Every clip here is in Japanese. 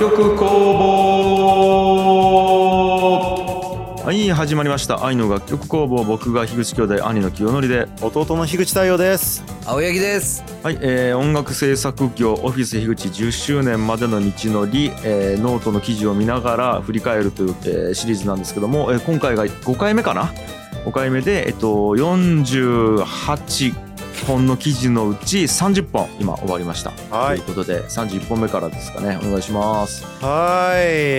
曲工房。はい、始まりました。愛の楽曲工房。僕が樋口兄弟、兄の清則で、 弟の樋口太陽です。 青柳です。 はい、音楽制作業オフィス樋口10周年までの道のり、ノートの記事を見ながら振り返るという、シリーズなんですけども、今回が5回目かな。5回目で、48本の記事のうち30本今終わりました。 はい。 ということで31本目からですかね。お願いします。 はい。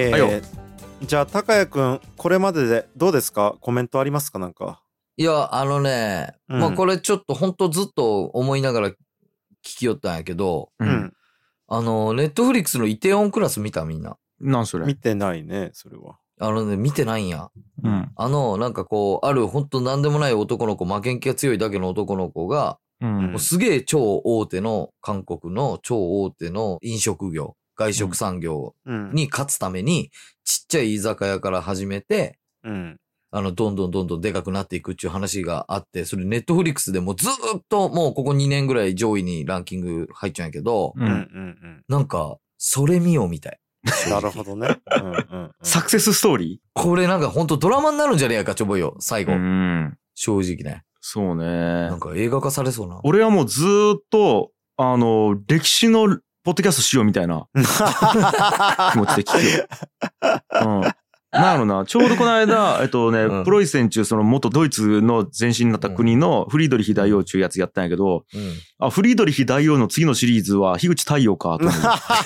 はいよ。 じゃあ高谷くん、これまででどうですか？コメントありますか？なんか。 いや、まあこれちょっとほんとずっと思いながら聞きよったんやけど、 うん。 ネットフリックスのイテウォンクラス見た？みんな。 なんそれ？ 見てないね、それは。 見てないんや。 うん。 なんかこう、あるほんとなんでもない男の子、負けん気が強いだけの男の子が、 うん、 もうすげえ超大手の、韓国の超大手の飲食業、外食産業に勝つために、ちっちゃい居酒屋から始めて、 うん。 どんどんでかくなっていくっていう話があって、それネットフリックスでもずーっともうここ2年ぐらい上位にランキング入っちゃうんやけど、なんか、それ見ようみたい。 なるほどね。 サクセスストーリーこれなんかほんとドラマになるんじゃねえかちょぼいよ、最後。正直ね。 そうね。 なんか映画化されそうな。 俺はもうずーっと、歴史のポッドキャストしようみたいな気持ちで聞くよ。なんやろな、ちょうどこの間、プロイセン中、その元ドイツの前身になった国のフリードリヒ大王中いうやつやったんやけど、フリードリヒ大王の次のシリーズは樋口太陽かと思う。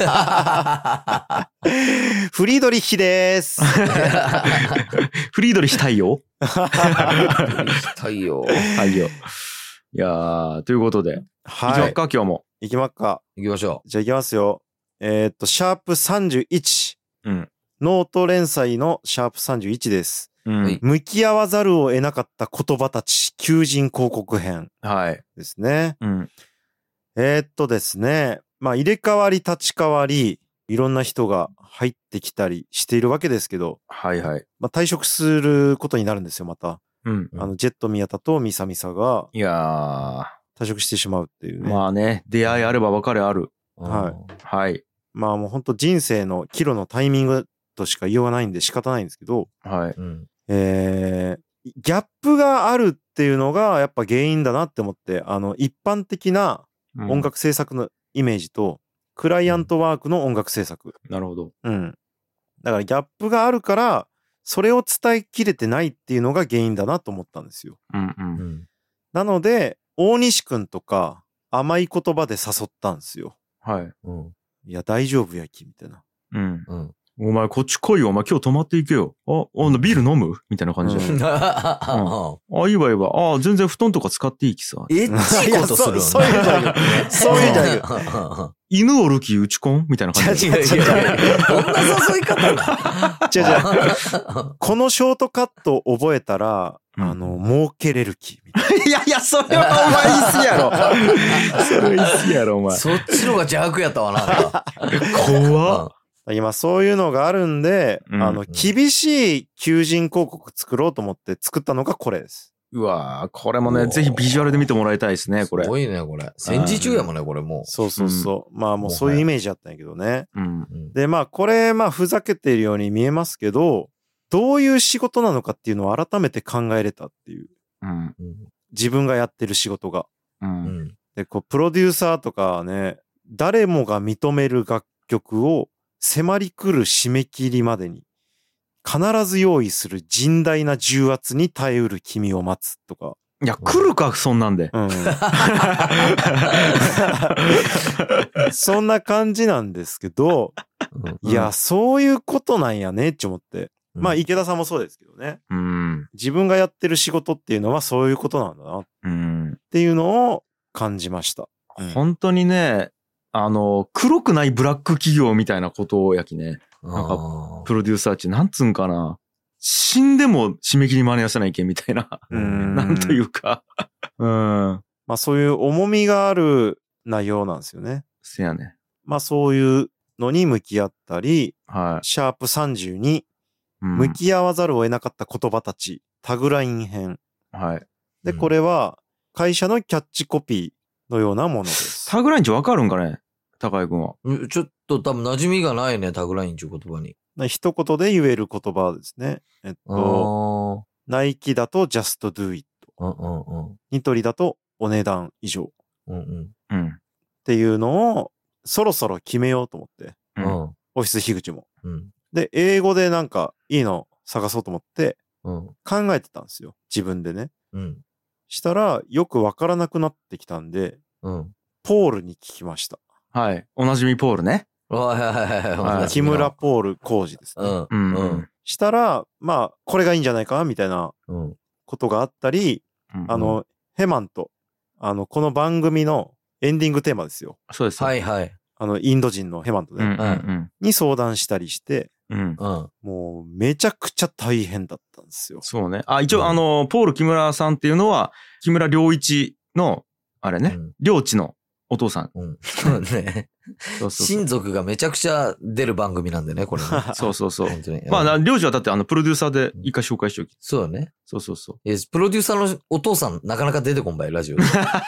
フリードリヒでーす。 フリードリヒ太陽太陽。 太陽。いやー、ということで。 はい。 行きまっか、今日も。 行きまっか。 行きましょう。じゃあ行きますよ。シャープ31。 うん。 ノート連載のシャープ31です。 うん。 向き合わざるを得なかった言葉たち、求人広告編。 はい。 ですね。 うん。 ですね。まあ入れ替わり立ち替わり、いろんな人が入ってきたりしているわけですけど。 はいはい。 まあ退職することになるんですよ、また。 うん。 ジェット宮田とミサミサが。 いやー。 退職してしまうっていうね。 まあね、出会いあれば別れある。 はい。 はい。 まあもう本当人生の岐路のタイミングとしか言いようがないんで仕方ないんですけど。 はい。 ギャップがあるっていうのがやっぱ原因だなって思って、一般的な音楽制作のイメージと、クライアントワークの音楽制作。 なるほど。 うん。だからギャップがあるから、それを伝えきれてないっていうのが原因だなと思ったんですよ。なので、大西くんとか甘い言葉で誘ったんですよ。 はい。 いや、大丈夫やき、みたいな。 お前こっち来いよ。お前今日泊まっていけよ。ビール飲むみたいな感じで。いいわいいわ。全然布団とか使っていいきさ。 エッチいことする。 そういうじゃん。そういうじゃん。 犬おるき打ち込んみたいな感じで。 違う。どんな誘い方だ。 違う。このショートカット覚えたら、儲けれる気。 いや、それはお前言い過ぎやろ。それは言い過ぎやろ、お前。 そっちのが邪悪やったわな。 怖っ。 今そういうのがあるんで、厳しい求人広告作ろうと思って作ったのがこれです。 うわー、これもね、ぜひビジュアルで見てもらいたいですね、これ。 すごいね、これ。戦時中やもんね、これもう。 そう。まあもうそういうイメージだったんやけどね。 うん。 で、まあこれ、ふざけているように見えますけど、どういう仕事なのかっていうのを改めて考えれたっていう。自分がやってる仕事が。で、プロデューサーとかね、誰もが認める楽曲を迫り来る締め切りまでに必ず用意する甚大な重圧に耐えうる君を待つとか。 いや、来るか、そんなんで。 そんな感じなんですけど、いや、そういうことなんやねって思って。まあ、池田さんもそうですけどね。自分がやってる仕事っていうのはそういうことなんだな。っていうのを感じました。 本当にね、黒くないブラック企業みたいなことをやきね。なんか、プロデューサーってなんつうんかな。死んでも締め切り間に合わせないけんみたいな。なんというか。 まあそういう重みがある内容なんですよね。 せやね。 まあそういうのに向き合ったり、 はい、 シャープ32、向き合わざるを得なかった言葉たち、タグライン編。 はい。 で、これは会社のキャッチコピーのようなものです。 タグラインってわかるんかね？ 高井君は。 ちょっと多分馴染みがないね、タグラインっていう言葉に。 一言で言える言葉ですね。ナイキだと just do it。ニトリだとお値段以上。っていうのをそろそろ決めようと思って。オフィス樋口も。で、英語でなんかいいの探そうと思って考えてたんですよ。自分でね。したらよくわからなくなってきたんで、ポールに聞きました。 はい。おなじみポールね。 木村ポール浩二ですね。したら、まあ、これがいいんじゃないかみたいなことがあったり、ヘマンと、この番組のエンディングテーマですよ。 そうです。 はいはい。 インド人のヘマンとね、に相談したりして、もうめちゃくちゃ大変だったんですよ。 そうね。一応ポール木村さんっていうのは、木村良一の、あれね、良一のお父さん。 そうね。親族がめちゃくちゃ出る番組なんでね、これね。 そうそうそう。まあ、領事はだってプロデューサーで一回紹介しておき。 そうだね。 そうそうそう。 プロデューサーのお父さん、なかなか出てこんばい、ラジオで。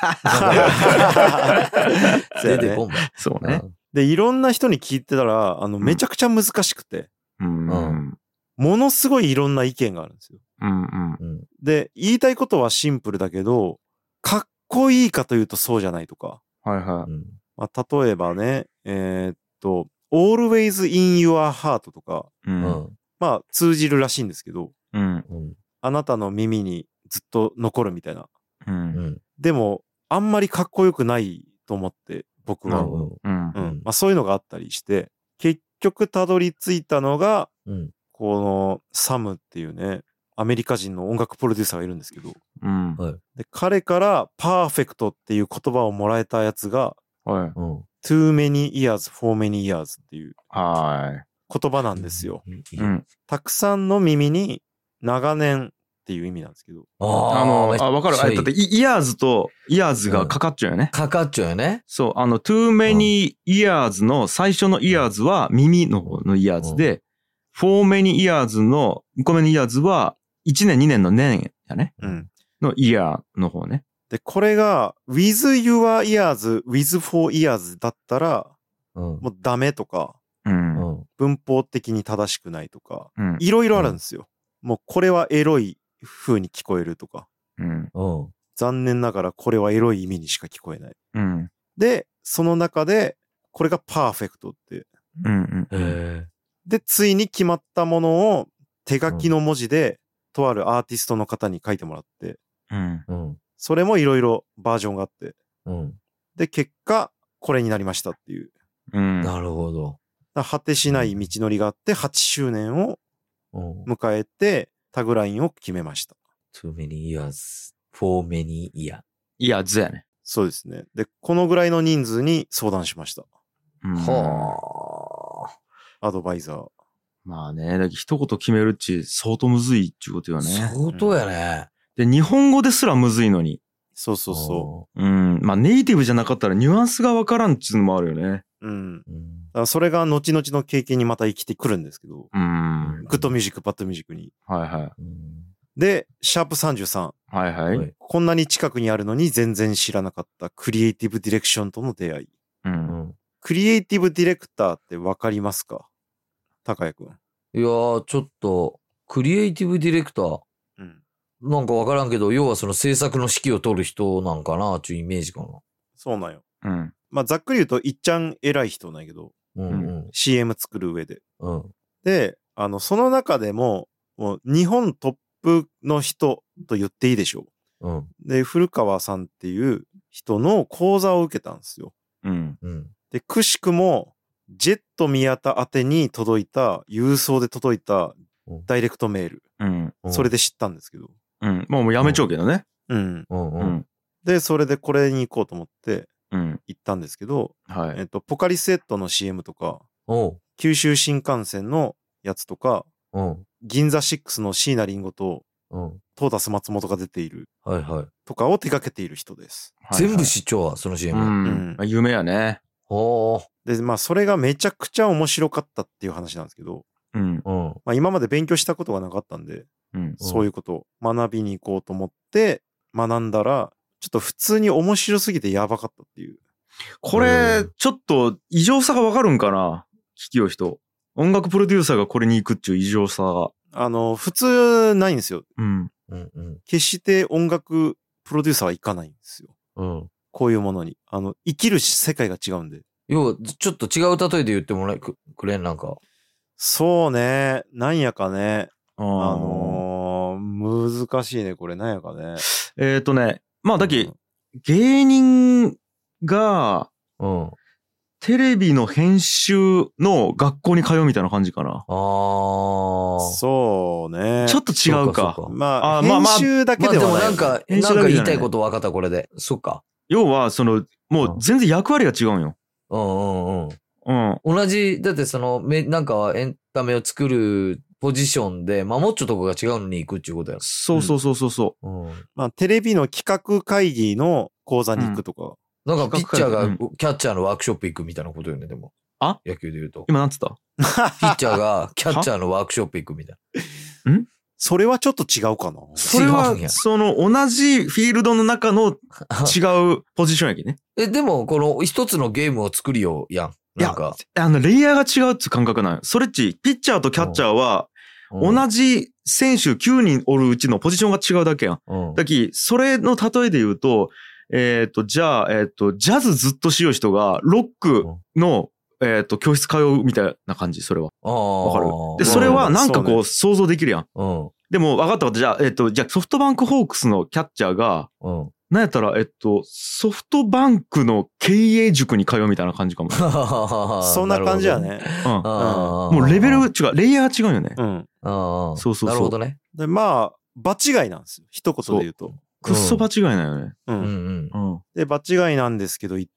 出てこんばい。 そうね。 で、いろんな人に聞いてたら、めちゃくちゃ難しくて。ものすごいいろんな意見があるんですよ。で、言いたいことはシンプルだけど、かっこいいかというとそうじゃないとか。 はいはい。 まあ、例えばね、always in your heart とか、まあ通じるらしいんですけど、あなたの耳にずっと残るみたいな。でも、あんまりかっこよくないと思って、僕は。まあそういうのがあったりして、結局たどり着いたのが、このサムっていうね、アメリカ人の音楽プロデューサーがいるんですけど、で彼からパーフェクトっていう言葉をもらえたやつが、too many years for many years っていう言葉なんですよ。たくさんの耳に長年っていう意味なんですけど。 わかる。だってイヤーズとイヤーズがかかっちゃうよね。 かかっちゃうよね。 そう、too many years の最初のイヤーズは耳の方のイヤーズで、for many years の2個目のイヤーズは1年2年の年やね。のイヤーの方ね。 で、これが with your ears, with for ears だったら、もうダメとか、文法的に正しくないとか、いろいろあるんですよ。もうこれはエロい風に聞こえるとか、残念ながらこれはエロい意味にしか聞こえない。で、その中で、これがパーフェクトって。で、ついに決まったものを手書きの文字で、とあるアーティストの方に書いてもらって、それもいろいろバージョンがあって、で、結果、これになりましたっていう。 なるほど。 果てしない道のりがあって、8周年を迎えて、タグラインを決めました。 too many years, for many years. いや、ずやね。 そうですね。で、このぐらいの人数に相談しました。アドバイザー。 まあね、だけど一言決めるっち相当むずいっていうことよね。 相当やね。 で、日本語ですらむずいのに。 そうそうそう。 まあネイティブじゃなかったらニュアンスがわからんっちゅうのもあるよね。 だからそれが後々の経験にまた生きてくるんですけど。グッドミュージック、バッドミュージックに。で、シャープ33。こんなに近くにあるのに全然知らなかったクリエイティブディレクションとの出会い。クリエイティブディレクターってわかりますか？高谷くん。 いやー、ちょっと、クリエイティブディレクター。なんかわからんけど、要はその制作の指揮を取る人なんかなっていうイメージかな。 そうなんよ。まあ、ざっくり言うと、いっちゃん偉い人なんやけど、CM 作る上で。で、その中でも、もう日本トップの人と言っていいでしょう。で、古川さんっていう人の講座を受けたんですよ。で、くしくも、ジェット宮田宛てに届いた、郵送で届いたダイレクトメール。それで知ったんですけど。 もうやめちゃうけどね。 で、それでこれに行こうと思って、行ったんですけど、ポカリスエットの CM とか、九州新幹線のやつとか、銀座6の椎名林檎と、トータス松本が出ている、とかを手掛けている人です。 全部知っちゃうわ、その CM。 夢やね。 で、まあ、それがめちゃくちゃ面白かったっていう話なんですけど、まあ、今まで勉強したことがなかったんで、そういうことを学びに行こうと思って学んだら、ちょっと普通に面白すぎてやばかったっていう。 これ、ちょっと異常さがわかるんかな、聞きよ人。音楽プロデューサーがこれに行くっていう異常さが。 普通ないんですよ。 うん決して音楽プロデューサーは行かないんですよ。こういうものに。生きる世界が違うんで。 要は、ちょっと違う例えで言ってもらえくれん、なんか。 そうね。なんやかね。難しいね、これ。なんやかね。 まあ、だき、芸人が、テレビの編集の学校に通うみたいな感じかな。 そうね。 ちょっと違うか。 まあ、編集だけではない。 でもなんか言いたいこと分かった、これで。そっか。 要は、もう全然役割が違うんよ。 同じ、だってなんかエンタメを作るポジションで、まあ、もうちょっとこが違うのに行くっていうことや。 そう。 まあ、テレビの企画会議の講座に行くとか。 なんかピッチャーがキャッチャーのワークショップ行くみたいなことよね、でも。野球で言うと。 今なんつったピッチャーがキャッチャーのワークショップ行くみたいな。それはちょっと違うかな。 それは、同じフィールドの中の違うポジションやけね。 でも、この一つのゲームを作りようやん。なんか。 レイヤーが違うって感覚なんよ。それっち、ピッチャーとキャッチャーは、同じ選手9人おるうちのポジションが違うだけやん。だき、それの例えで言うと、じゃあ、ジャズずっとしよう人が、ロックの、教室通うみたいな感じ、それは。わかる。で、それはなんかこう、想像できるやん。でも、分かったこと、じゃあ、ソフトバンクホークスのキャッチャーが、なんやったら、ソフトバンクの経営塾に通うみたいな感じかも。 そんな感じやね。 もうレベル違う、レイヤーが違うよね。そう。 なるほどね。 で、まあ、場違いなんですよ。一言で言うと。 くっそ場違いなよね。 で、場違いなんですけど行って、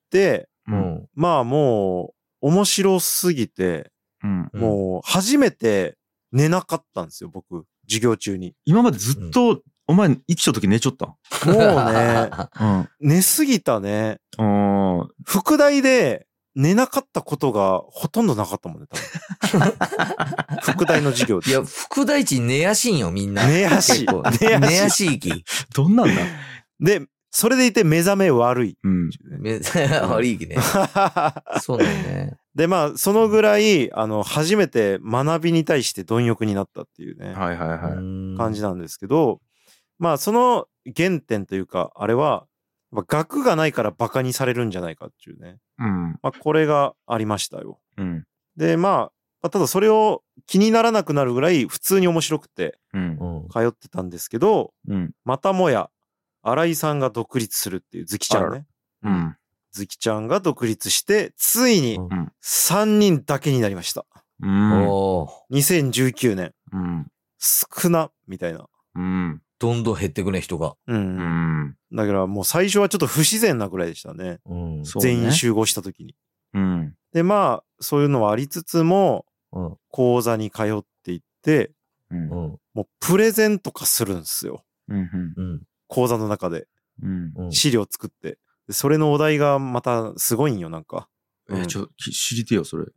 まあもう、面白すぎて、もう、初めて寝なかったんですよ、僕。授業中に。 今までずっと、お前、生きた時寝ちょった？ もうね、寝すぎたね。副題で寝なかったことがほとんどなかったもんね、多分。副題の授業で。 いや、副題地寝やしいんよ、みんな。 寝やしい。 寝やしいき。 どんなんだ？ で、それでいて目覚め悪い。 悪いきね。そうだよね。 で、まあ、そのぐらい、初めて学びに対して貪欲になったっていうね。感じなんですけど、まあ、その原点というか、あれは、学がないからバカにされるんじゃないかっていうね。まあ、これがありましたよ。で、まあ、ただそれを気にならなくなるぐらい普通に面白くて、通ってたんですけど、またもや、新井さんが独立するっていう、ズキちゃんね。ズキちゃんが独立して、ついに3人だけになりました。2019年。少な、みたいな。 どんどん減ってくね、人が。 だからもう最初はちょっと不自然なぐらいでしたね。全員集合した時に。で、まあ、そういうのはありつつも、講座に通っていって、もうプレゼンとかするんですよ。講座の中で。資料作って。それのお題がまたすごいんよ、なんか。 知りてよ、それ。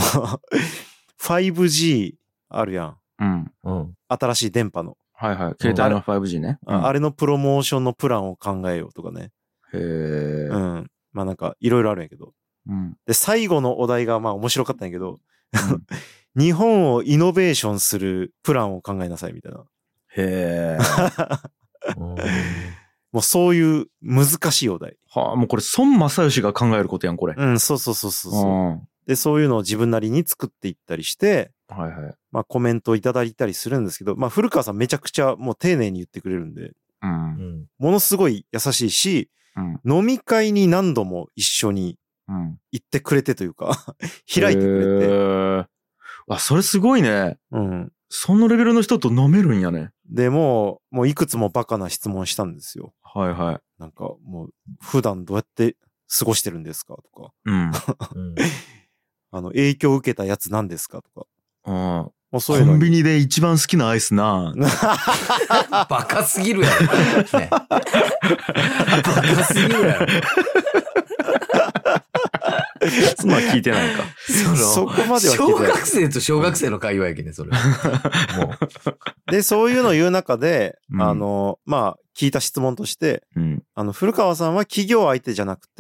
5G あるやん。新しい電波の。 携帯の 5G ね。 あれのプロモーションのプランを考えようとかね。まあなんかいろいろあるんやけど。で、最後のお題がまあ面白かったんやけど、日本をイノベーションするプランを考えなさいみたいな。もうそういう難しいお題。 もうこれ孫正義が考えることやん、これ。 そう。で、そういうのを自分なりに作っていったりして、まあコメントをいただいたりするんですけど、まあ古川さんめちゃくちゃもう丁寧に言ってくれるんで、ものすごい優しいし、飲み会に何度も一緒に行ってくれてというか、開いてくれて。 それすごいね。そのレベルの人と飲めるんやね。 でもういくつもバカな質問したんですよ。なんかもう普段どうやって過ごしてるんですかとか。影響を受けたやつ何ですかとか。 もうそういうのコンビニで一番好きなアイスな。 バカすぎるやろ。バカすぎるやろ。 そんな聞いてないか。 そこまでは聞いてない。 小学生と小学生の会話やけね、それ。もう。で、そういうのを言う中で、まあ、聞いた質問として、古川さんは企業相手じゃなくて、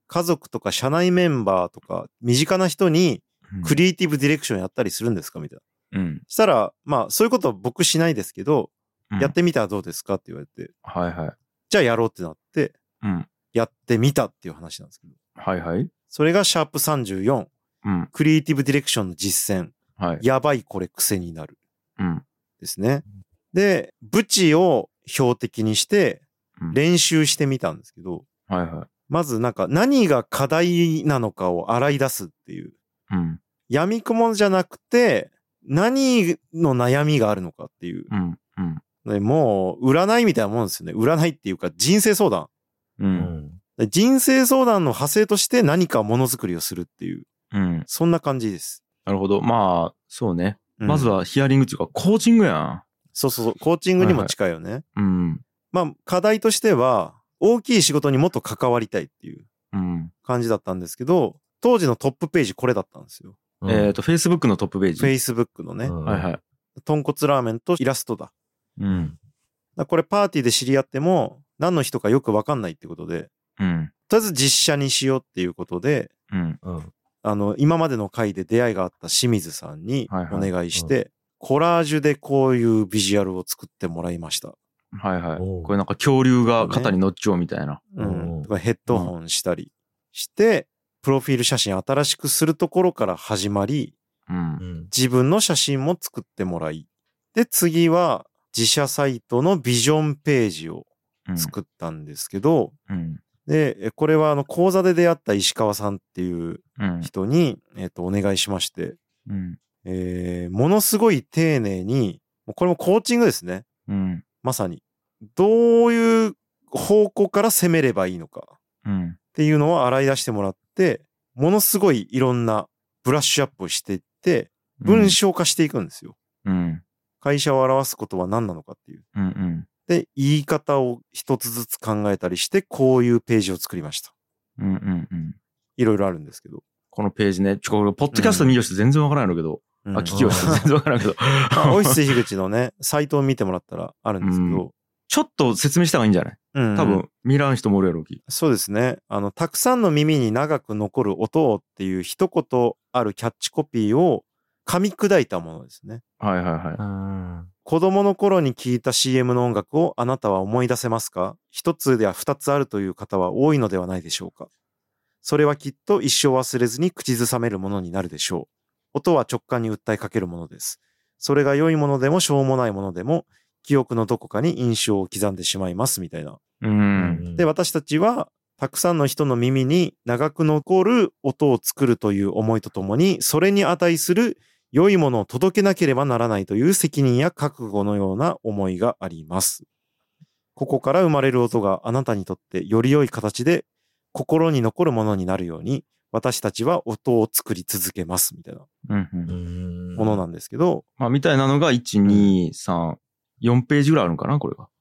家族とか社内メンバーとか身近な人にクリエイティブディレクションやったりするんですかみたいな。したら、まあそういうことは僕しないですけど、やってみたらどうですかって言われて。 はいはい。 じゃあやろうってなって、やってみたっていう話なんですけど。 はいはい。 それがシャープ34、クリエイティブディレクションの実践。やばいこれ癖になる。ですね。で、ブチを標的にして練習してみたんですけど、まずなんか何が課題なのかを洗い出すっていう。闇雲じゃなくて、何の悩みがあるのかっていう。もう、占いみたいなもんですよね。占いっていうか人生相談。人生相談の派生として何かものづくりをするっていう。そんな感じです。 なるほど。まあ、そうね。まずはヒアリングっていうか、コーチングやん。 そうそうそう。コーチングにも近いよね。まあ、課題としては、大きい仕事にもっと関わりたいっていう感じだったんですけど、当時のトップページこれだったんですよ。 Facebook のトップページ。 Facebook のね。豚骨ラーメンとイラストだ。これパーティーで知り合っても、何の人かよくわかんないってことで、とりあえず実写にしようっていうことで、今までの回で出会いがあった清水さんにお願いして、コラージュでこういうビジュアルを作ってもらいました。 これなんか恐竜が肩に乗っちゃうみたいな。 ヘッドホンしたりして、プロフィール写真新しくするところから始まり、自分の写真も作ってもらい、で、次は自社サイトのビジョンページを作ったんですけど、で、これは講座で出会った石川さんっていう人に、お願いしまして、ものすごい丁寧に、これもコーチングですね。まさに。どういう方向から攻めればいいのかっていうのを洗い出してもらって、ものすごいいろんなブラッシュアップをしていって、文章化していくんですよ。会社を表すことは何なのかっていう。で、言い方を一つずつ考えたりして、こういうページを作りました。いろいろあるんですけど。 このページね、これ、ポッドキャスト見る人全然わからないのけど、聞きよ人全然わからないけど。 オフィス樋口のね、サイトを見てもらったらあるんですけど。 ちょっと説明した方がいいんじゃない？多分、見らん人もおるやろうき。 そうですね。たくさんの耳に長く残る音をっていう一言あるキャッチコピーを噛み砕いたものですね。子供の頃に聞いた CM の音楽をあなたは思い出せますか？一つや二つあるという方は多いのではないでしょうか。それはきっと一生忘れずに口ずさめるものになるでしょう。音は直感に訴えかけるものです。それが良いものでもしょうもないものでも、記憶のどこかに印象を刻んでしまいますみたいな。で、私たちはたくさんの人の耳に長く残る音を作るという思いとともに、それに値する良いものを届けなければならないという責任や覚悟のような思いがあります。ここから生まれる音があなたにとってより良い形で心に残るものになるように、私たちは音を作り続けますみたいなものなんですけど。 まあ、みたいなのが1、2、3、4ページぐらいあるのかなこれは。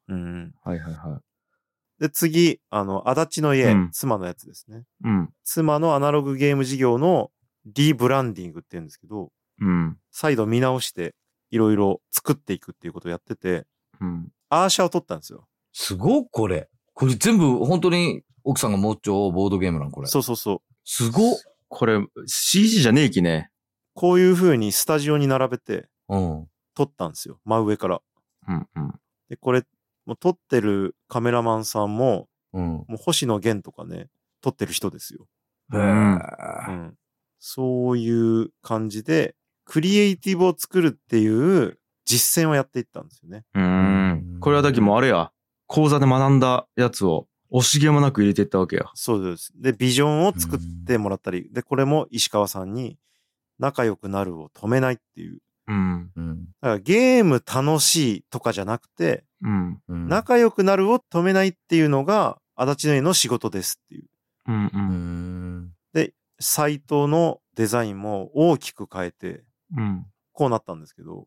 で、次、足立の家、妻のやつですね。妻のアナログゲーム事業のリブランディングって言うんですけど、再度見直していろいろ作っていくっていうことをやってて、アーシャを取ったんですよ。 すごっこれ。これ全部本当に奥さんが持っちゃうボードゲームなんこれ。 そうそうそう。 すごっ。 これ CG じゃねえきね。 こういう風にスタジオに並べて、撮ったんですよ。真上から。で、これ、もう撮ってるカメラマンさんも、もう星野源とかね、撮ってる人ですよ。そういう感じで、クリエイティブを作るっていう実践をやっていったんですよね。 これはだけもうあれや、講座で学んだやつを惜しげもなく入れていったわけや。 そうです。で、ビジョンを作ってもらったり、で、これも石川さんに仲良くなるを止めないっていう。だからゲーム楽しいとかじゃなくて、仲良くなるを止めないっていうのが足立の家の仕事ですっていう。で、サイトのデザインも大きく変えて、こうなったんですけど。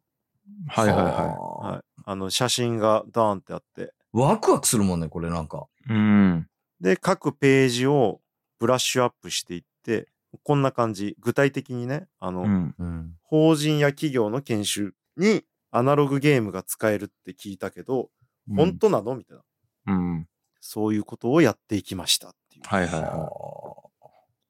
写真がダーンってあって。 ワクワクするもんね、これなんか。 で、各ページをブラッシュアップしていって、こんな感じ。具体的にね、法人や企業の研修にアナログゲームが使えるって聞いたけど、本当なのみたいな。そういうことをやっていきましたっていう。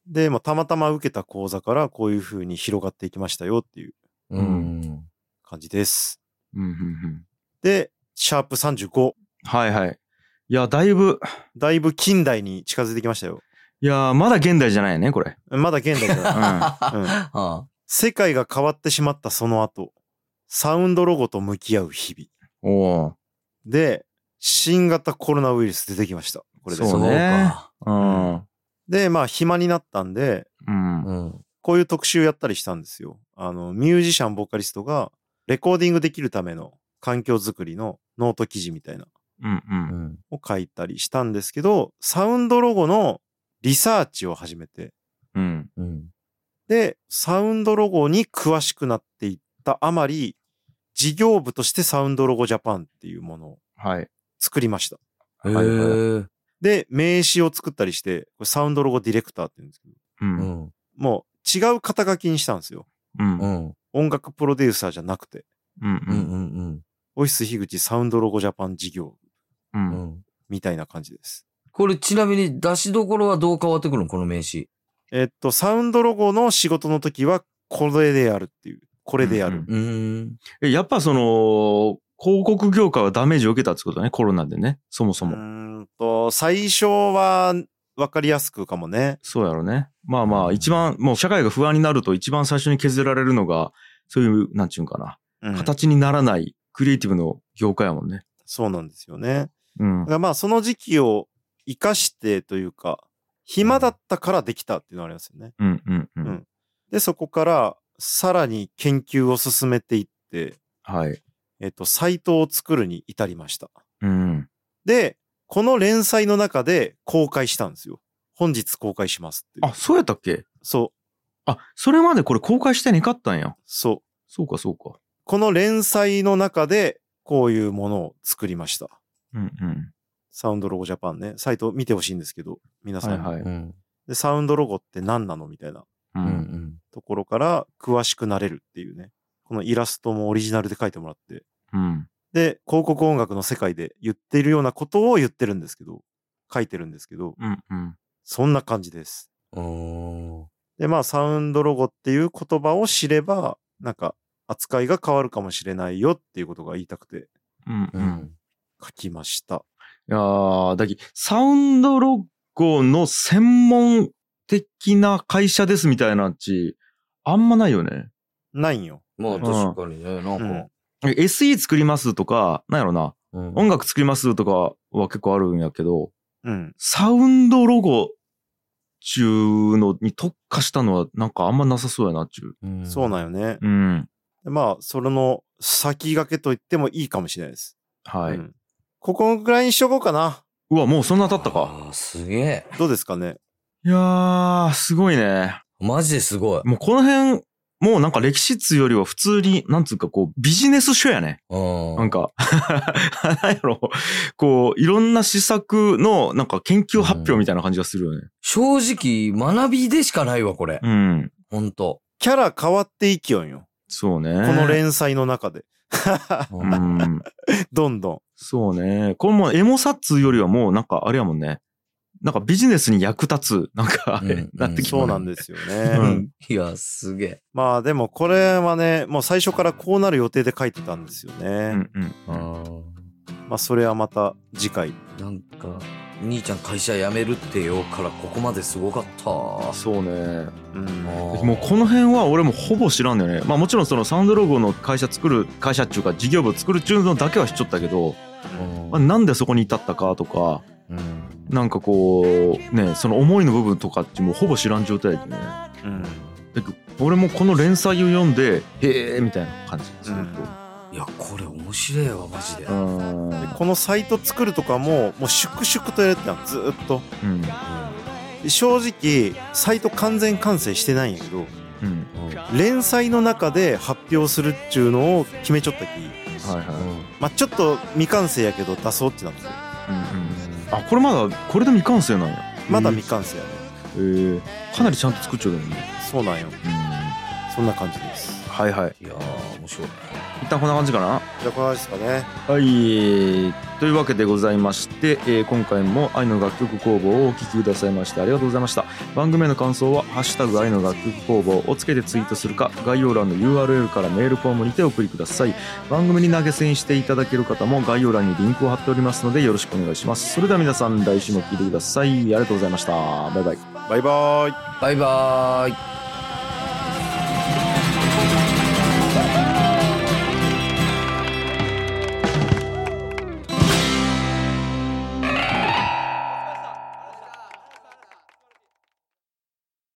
で、まあ、たまたま受けた講座からこういう風に広がっていきましたよっていう感じです。で、シャープ35。 はいはい。いや、だいぶ近代に近づいてきましたよ。 いやまだ現代じゃないね、これ。 まだ現代じゃない。世界が変わってしまったその後、サウンドロゴと向き合う日々。で、新型コロナウイルス出てきました。これで。 そうね。 で、まあ、暇になったんで、こういう特集やったりしたんですよ。ミュージシャン、ボーカリストが、レコーディングできるための環境づくりのノート記事みたいな、を書いたりしたんですけど、サウンドロゴのリサーチを始めて、で、サウンドロゴに詳しくなっていったあまり、事業部としてサウンドロゴジャパンっていうものを作りました。で、名刺を作ったりして、これサウンドロゴディレクターって言うんですけど、もう違う肩書きにしたんですよ。音楽プロデューサーじゃなくて、オフィス樋口サウンドロゴジャパン事業部みたいな感じです。 これちなみに出しどころはどう変わってくるのこの名刺。 サウンドロゴの仕事の時はこれでやるっていう。これでやる。 やっぱその、広告業界はダメージを受けたってことね、コロナでね、そもそも。 最初は分かりやすくかもね。 そうやろね。まあまあ、一番、もう社会が不安になると一番最初に削られるのが、そういう、なんちゅうんかな、形にならないクリエイティブの業界やもんね。 そうなんですよね。だからまあ、その時期を生かしてというか、暇だったからできたっていうのがありますよね。で、そこからさらに研究を進めていって、サイトを作るに至りました。で、この連載の中で公開したんですよ。本日公開しますっていう。 あ、そうやったっけ？ そう。 あ、それまでこれ公開してなかったんや。 そう。 そうかそうか。 この連載の中でこういうものを作りました。サウンドロゴジャパンね。サイト見てほしいんですけど、皆さん。で、サウンドロゴって何なのみたいなところから詳しくなれるっていうね。このイラストもオリジナルで描いてもらって。で、広告音楽の世界で言っているようなことを言ってるんですけど、書いてるんですけど、そんな感じです。で、まあ、サウンドロゴっていう言葉を知れば、なんか、扱いが変わるかもしれないよっていうことが言いたくて、書きました。 いやー、だき、サウンドロゴの専門的な会社ですみたいなっち、あんまないよね。 ないんよ。 まあ、確かにね、なんか。 SE 作りますとか、なんやろな、音楽作りますとかは結構あるんやけど、サウンドロゴちゅうのに特化したのはなんかあんまなさそうやなっちゅう。そうなんよね。まあ、それの先駆けと言ってもいいかもしれないです。ここぐらいにしとこうかな。 うわ、もうそんな経ったか。 すげえ。 どうですかね。 いやー、すごいね。 マジですごい。 もうこの辺、もうなんか歴史っつうよりは普通に、なんつうかこう、ビジネス書やね。なんか、なんやろ、こう、いろんな施策のなんか研究発表みたいな感じがするよね。 正直、学びでしかないわ、これ。ほんと。 キャラ変わっていきよんよ。 そうね。 この連載の中で。どんどん。 そうね。これもエモさっつうよりはもうなんかあれやもんね。なんかビジネスに役立つ、なんか、なってきそうなんですよね。 いや、すげえ。 まあでもこれはね、もう最初からこうなる予定で書いてたんですよね。まあそれはまた次回。 なんか、兄ちゃん会社辞めるってよからここまですごかった。 そうね。もうこの辺は俺もほぼ知らんだよね。まあもちろんそのサウンドロゴの会社っていうか事業部作るっていうのだけは知っちゃったけど、なんでそこに至ったかとか、なんかこうね、その思いの部分とかってもうほぼ知らん状態でね。俺もこの連載を読んでへえみたいな感じですると。 いやこれ面白いわマジで。でこのサイト作るとかもう粛々とやれてたのずっと。正直サイト完全完成してないんやけど、連載の中で発表するっちゅうのを決めちゃったき、まあちょっと未完成やけど出そうってなって。 あ、これまだこれで未完成なんや。 まだ未完成やね。 かなりちゃんと作っちゃうよね。 そうなんよ。そんな感じです。 はいはい。 いやー面白い。 一旦こんな感じかな。 じゃあこんな感じですかね。 はい。というわけでございまして、今回も愛の楽曲工房をお聴きくださいましてありがとうございました。番組への感想はハッシュタグ愛の楽曲工房をつけてツイートするか、概要欄の URL からメールフォームにてお送りください。番組に投げ銭していただける方も概要欄にリンクを貼っておりますのでよろしくお願いします。それでは皆さん来週も聴いてください。ありがとうございました。バイバイ。 バイバイ。 バイバイ。